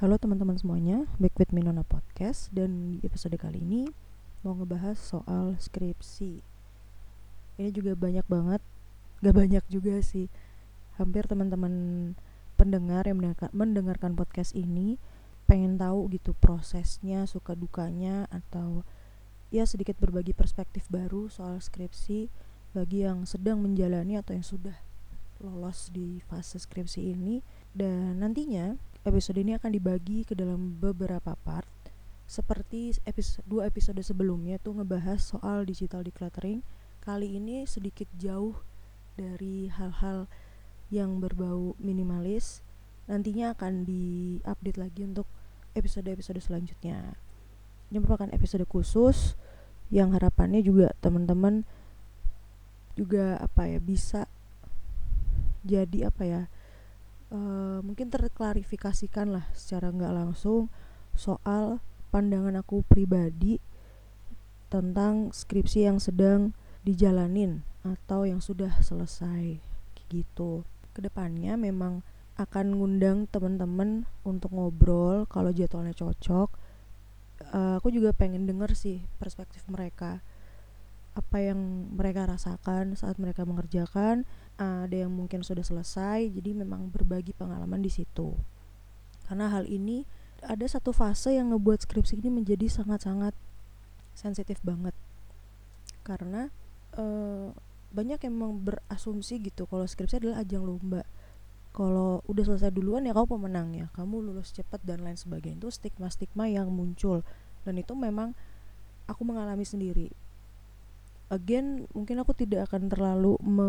Halo teman-teman semuanya, back with me Nona Podcast. Dan di episode kali ini mau ngebahas soal skripsi. Ini juga banyak banget, gak banyak juga sih, hampir teman-teman pendengar yang mendengarkan podcast ini pengen tahu gitu prosesnya, suka dukanya, atau ya sedikit berbagi perspektif baru soal skripsi bagi yang sedang menjalani atau yang sudah lolos di fase skripsi ini. Dan nantinya episode ini akan dibagi ke dalam beberapa part, seperti dua episode sebelumnya tuh ngebahas soal digital decluttering. Kali ini sedikit jauh dari hal-hal yang berbau minimalis. Nantinya akan diupdate lagi untuk episode-episode selanjutnya. Ini merupakan episode khusus yang harapannya juga teman-teman juga bisa jadi mungkin terklarifikasikan lah secara nggak langsung soal pandangan aku pribadi tentang skripsi yang sedang dijalanin atau yang sudah selesai gitu. Kedepannya memang akan ngundang teman-teman untuk ngobrol kalau jadwalnya cocok. Aku juga pengen denger sih perspektif mereka, apa yang mereka rasakan saat mereka mengerjakan. Ada yang mungkin sudah selesai, jadi memang berbagi pengalaman di situ. Karena hal ini ada satu fase yang ngebuat skripsi ini menjadi sangat-sangat sensitif banget. Karena banyak yang memang berasumsi gitu kalau skripsi adalah ajang lomba. Kalau udah selesai duluan ya kamu pemenangnya, kamu lulus cepat dan lain sebagainya. Itu stigma-stigma yang muncul, dan itu memang aku mengalami sendiri. Again, mungkin aku tidak akan terlalu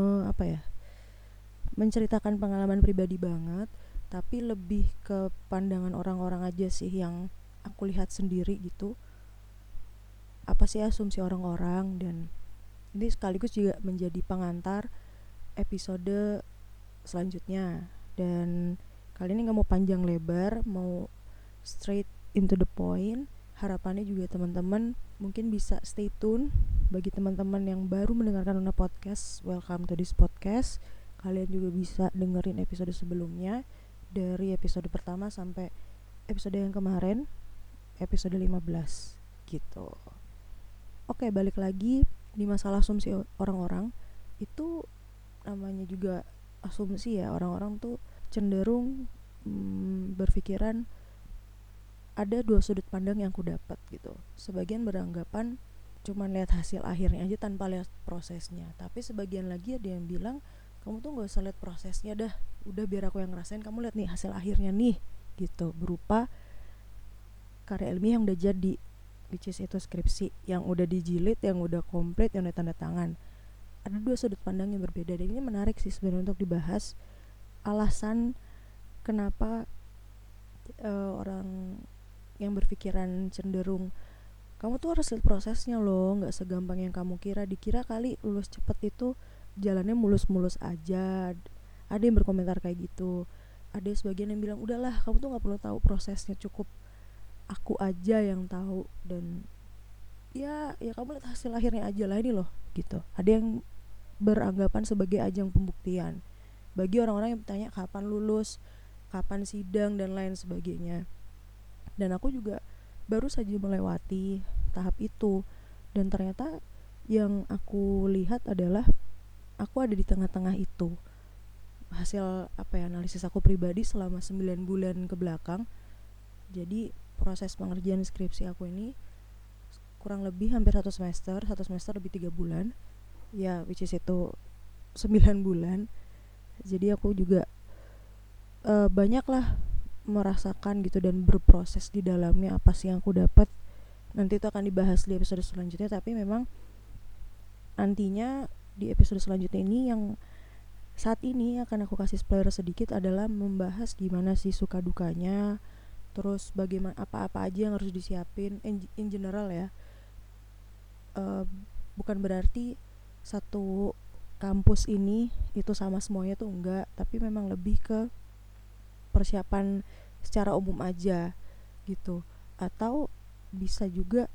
menceritakan pengalaman pribadi banget, tapi lebih ke pandangan orang-orang aja sih yang aku lihat sendiri gitu. Apa sih asumsi orang-orang, dan ini sekaligus juga menjadi pengantar episode selanjutnya. Dan kali ini gak mau panjang lebar, mau straight into the point. Harapannya juga teman-teman mungkin bisa stay tune. Bagi teman-teman yang baru mendengarkan Nona Podcast, welcome to this podcast. Kalian juga bisa dengerin episode sebelumnya, dari episode pertama sampai episode yang kemarin, episode 15 gitu. Oke, balik lagi di masalah asumsi orang-orang. Itu namanya juga asumsi ya. Orang-orang tuh cenderung berpikiran ada dua sudut pandang yang aku dapat gitu. Sebagian beranggapan cuman lihat hasil akhirnya aja tanpa lihat prosesnya. Tapi sebagian lagi ada yang bilang, kamu tuh gak usah lihat prosesnya dah, udah biar aku yang ngerasain, kamu lihat nih hasil akhirnya nih gitu, berupa karya ilmiah yang udah jadi, which is itu skripsi yang udah dijilid, yang udah komplit, yang udah tanda tangan. Ada dua sudut pandang yang berbeda, dan ini menarik sih sebenarnya untuk dibahas. Alasan kenapa orang yang berpikiran cenderung kamu tuh harus lihat prosesnya loh, nggak segampang yang kamu kira. Dikira kali lulus cepet itu jalannya mulus-mulus aja. Ada yang berkomentar kayak gitu. Ada sebagian yang bilang, udahlah kamu tuh nggak perlu tahu prosesnya, cukup aku aja yang tahu. Dan ya kamu lihat hasil akhirnya aja lah ini loh gitu. Ada yang beranggapan sebagai ajang pembuktian bagi orang-orang yang bertanya kapan lulus, kapan sidang, dan lain sebagainya. Dan aku juga baru saja melewati tahap itu, dan ternyata yang aku lihat adalah aku ada di tengah-tengah itu. Hasil analisis aku pribadi selama 9 bulan ke belakang. Jadi proses pengerjaan skripsi aku ini kurang lebih hampir satu semester lebih 3 bulan ya, which is itu 9 bulan. Jadi aku juga banyak lah merasakan gitu dan berproses di dalamnya. Apa sih yang aku dapat, nanti itu akan dibahas di episode selanjutnya. Tapi memang nantinya di episode selanjutnya ini, yang saat ini akan aku kasih spoiler sedikit, adalah membahas gimana sih suka dukanya, terus bagaimana apa-apa aja yang harus disiapin in general ya. Bukan berarti satu kampus ini itu sama semuanya tuh enggak, tapi memang lebih ke persiapan secara umum aja gitu. Atau bisa juga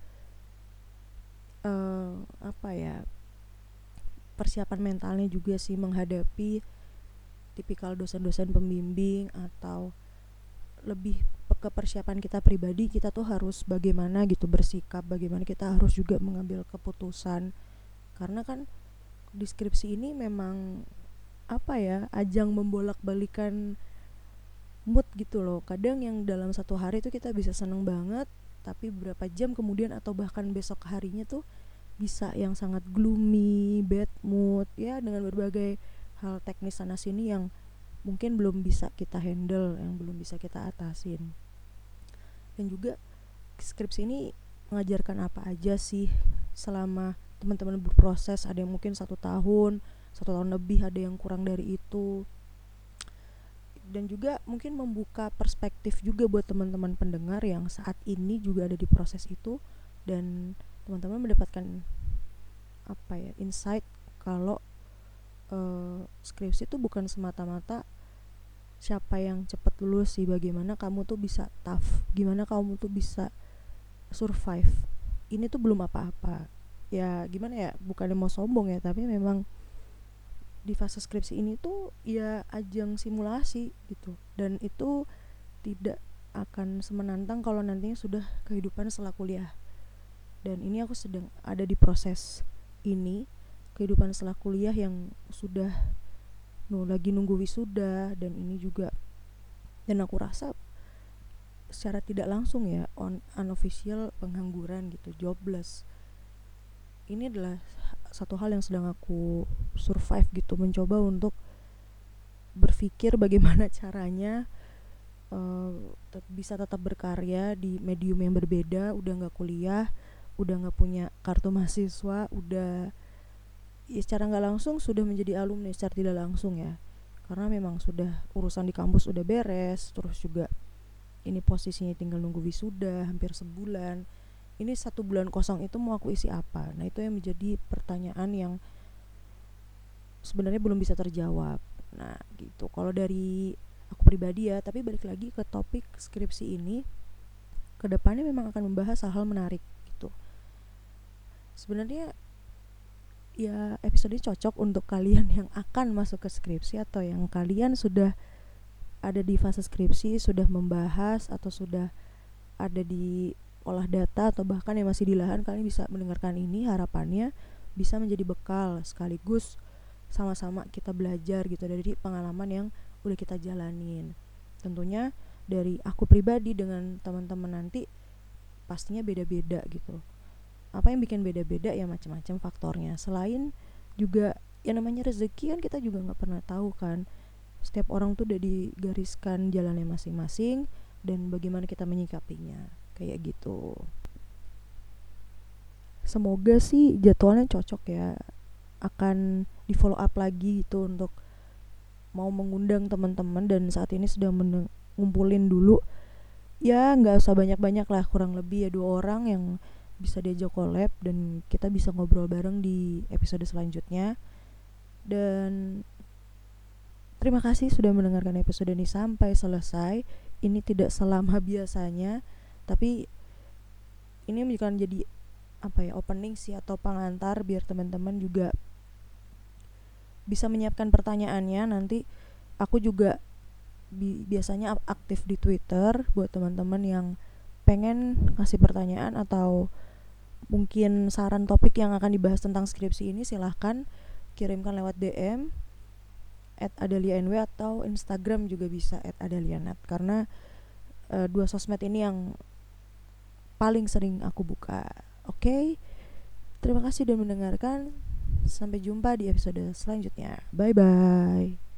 persiapan mentalnya juga sih, menghadapi tipikal dosen-dosen pembimbing, atau lebih ke persiapan kita pribadi, kita tuh harus bagaimana gitu bersikap, bagaimana kita harus juga mengambil keputusan. Karena kan deskripsi ini memang apa ya, ajang membolak-balikan mood gitu loh. Kadang yang dalam satu hari tuh kita bisa seneng banget, tapi beberapa jam kemudian atau bahkan besok harinya tuh bisa yang sangat gloomy, bad mood ya, dengan berbagai hal teknis sana sini yang mungkin belum bisa kita handle, yang belum bisa kita atasin. Dan juga skripsi ini mengajarkan apa aja sih selama teman-teman berproses. Ada yang mungkin 1 tahun lebih, ada yang kurang dari itu. Dan juga mungkin membuka perspektif juga buat teman-teman pendengar yang saat ini juga ada di proses itu, dan teman-teman mendapatkan apa ya, insight kalau skripsi itu bukan semata-mata siapa yang cepat lulus sih, bagaimana kamu tuh bisa tough, gimana kamu tuh bisa survive. Ini tuh belum apa-apa. Ya gimana ya, bukannya mau sombong ya, tapi memang di fase skripsi ini tuh ya ajang simulasi gitu. Dan itu tidak akan semenantang kalau nantinya sudah kehidupan setelah kuliah. Dan ini aku sedang ada di proses ini, kehidupan setelah kuliah yang sudah lagi nunggu wisuda. Dan ini juga, dan aku rasa secara tidak langsung ya, unofficial pengangguran gitu, jobless. Ini adalah satu hal yang sedang aku survive gitu, mencoba untuk berpikir bagaimana caranya bisa tetap berkarya di medium yang berbeda. Udah gak kuliah, udah gak punya kartu mahasiswa, udah ya secara gak langsung sudah menjadi alumni secara tidak langsung ya, karena memang sudah urusan di kampus udah beres. Terus juga ini posisinya tinggal nunggu wisuda hampir sebulan. Ini 1 bulan kosong itu mau aku isi apa? Nah itu yang menjadi pertanyaan yang sebenarnya belum bisa terjawab. Nah gitu kalau dari aku pribadi ya. Tapi balik lagi ke topik skripsi ini, kedepannya memang akan membahas hal-hal menarik gitu. Sebenarnya ya episode ini cocok untuk kalian yang akan masuk ke skripsi, atau yang kalian sudah ada di fase skripsi, sudah membahas atau sudah ada di olah data, atau bahkan yang masih di lahan. Kalian bisa mendengarkan ini, harapannya bisa menjadi bekal sekaligus sama-sama kita belajar gitu dari pengalaman yang udah kita jalanin. Tentunya dari aku pribadi dengan teman-teman nanti pastinya beda-beda gitu. Apa yang bikin beda-beda ya macam-macam faktornya. Selain juga yang namanya rezeki kan kita juga nggak pernah tahu kan. Setiap orang tuh udah digariskan jalannya masing-masing dan bagaimana kita menyikapinya, kayak gitu. Semoga sih jadwalnya cocok ya, akan di follow up lagi gitu untuk mau mengundang teman-teman. Dan saat ini sedang ngumpulin dulu ya, nggak usah banyak-banyak lah, kurang lebih ya 2 orang yang bisa diajak collab dan kita bisa ngobrol bareng di episode selanjutnya. Dan terima kasih sudah mendengarkan episode ini sampai selesai. Ini tidak selama biasanya, tapi ini akan jadi apa ya, opening sih atau pengantar biar teman-teman juga bisa menyiapkan pertanyaannya. Nanti aku juga biasanya aktif di Twitter buat teman-teman yang pengen kasih pertanyaan atau mungkin saran topik yang akan dibahas tentang skripsi ini. Silahkan kirimkan lewat DM @adalianw atau Instagram juga bisa @adalianat, karena 2 sosmed ini yang paling sering aku buka. Oke, terima kasih sudah mendengarkan. Sampai jumpa di episode selanjutnya. Bye bye.